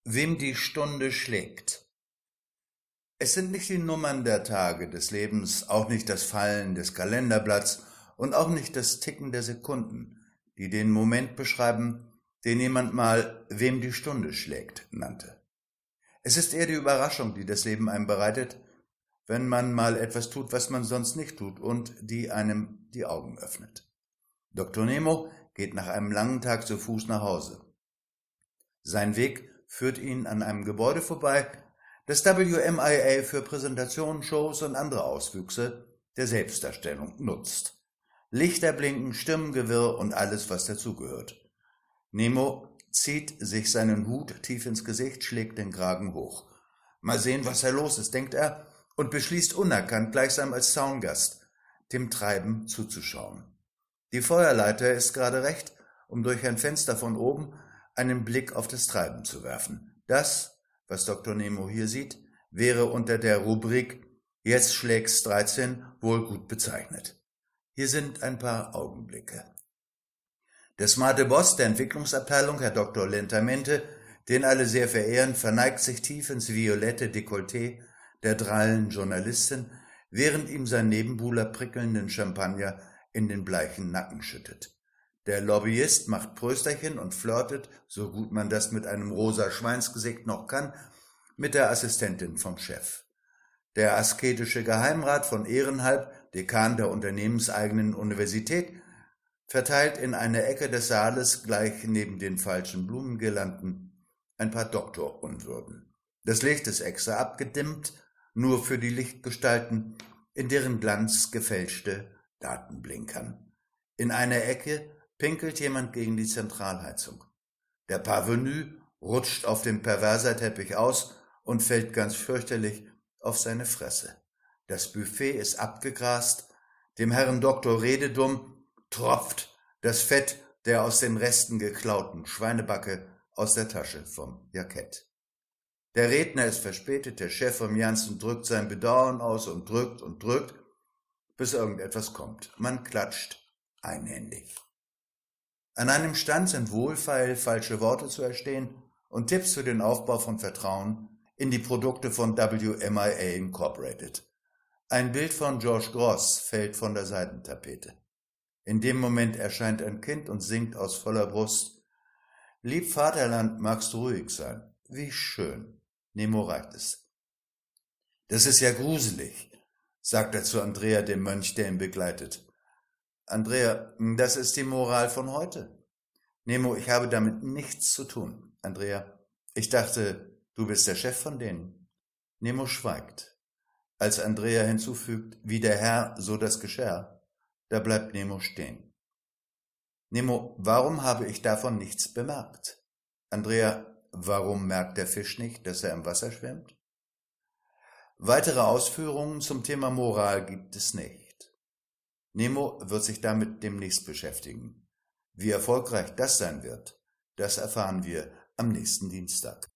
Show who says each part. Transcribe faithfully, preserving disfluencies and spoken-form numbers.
Speaker 1: Wem die Stunde schlägt. Es sind nicht die Nummern der Tage des Lebens, auch nicht das Fallen des Kalenderblatts und auch nicht das Ticken der Sekunden, die den Moment beschreiben, den jemand mal »wem die Stunde schlägt« nannte. Es ist eher die Überraschung, die das Leben einem bereitet, wenn man mal etwas tut, was man sonst nicht tut und die einem die Augen öffnet. Doktor Nemo geht nach einem langen Tag zu Fuß nach Hause. Sein Weg führt ihn an einem Gebäude vorbei, das W M I A für Präsentationen, Shows und andere Auswüchse der Selbstdarstellung nutzt. Lichter blinken, Stimmengewirr und alles, was dazugehört. Nemo zieht sich seinen Hut tief ins Gesicht, schlägt den Kragen hoch. Mal sehen, was da los ist, denkt er, und beschließt unerkannt, gleichsam als Zaungast, dem Treiben zuzuschauen. Die Feuerleiter ist gerade recht, um durch ein Fenster von oben einen Blick auf das Treiben zu werfen. Das, was Doktor Nemo hier sieht, wäre unter der Rubrik »Jetzt schlägt's dreizehn« wohl gut bezeichnet. Hier sind ein paar Augenblicke. Der smarte Boss der Entwicklungsabteilung, Herr Doktor Lentamente, den alle sehr verehren, verneigt sich tief ins violette Dekolleté der drallen Journalistin, während ihm sein Nebenbuhler prickelnden Champagner in den bleichen Nacken schüttet. Der Lobbyist macht Prösterchen und flirtet, so gut man das mit einem rosa Schweinsgesicht noch kann, mit der Assistentin vom Chef. Der asketische Geheimrat von Ehrenhalb, Dekan der unternehmenseigenen Universität, verteilt in einer Ecke des Saales, gleich neben den falschen Blumengirlanden, ein paar Doktorunwürden. Das Licht ist extra abgedimmt, nur für die Lichtgestalten, in deren Glanz gefälschte Daten blinkern. In einer Ecke pinkelt jemand gegen die Zentralheizung. Der Parvenu rutscht auf dem Perverserteppich aus und fällt ganz fürchterlich auf seine Fresse. Das Buffet ist abgegrast, dem Herrn Doktor Rededumm tropft das Fett der aus den Resten geklauten Schweinebacke aus der Tasche vom Jackett. Der Redner ist verspätet, der Chef vom Janssen drückt sein Bedauern aus und drückt und drückt, bis irgendetwas kommt. Man klatscht einhändig. An einem Stand sind wohlfeil falsche Worte zu erstehen und Tipps für den Aufbau von Vertrauen in die Produkte von W M I A Incorporated. Ein Bild von George Grosz fällt von der Seidentapete. In dem Moment erscheint ein Kind und singt aus voller Brust: »Lieb Vaterland, magst du ruhig sein? Wie schön!« Nemo reicht es. »Das ist ja gruselig«, sagt er zu Andrea, dem Mönch, der ihn begleitet. »Andrea, das ist die Moral von heute.« »Nemo, ich habe damit nichts zu tun.« »Andrea, ich dachte, du bist der Chef von denen.« Nemo schweigt. Als Andrea hinzufügt, wie der Herr, so das Geschirr, da bleibt Nemo stehen. »Nemo, warum habe ich davon nichts bemerkt?« »Andrea, warum merkt der Fisch nicht, dass er im Wasser schwimmt?« Weitere Ausführungen zum Thema Moral gibt es nicht. Nemo wird sich damit demnächst beschäftigen. Wie erfolgreich das sein wird, das erfahren wir am nächsten Dienstag.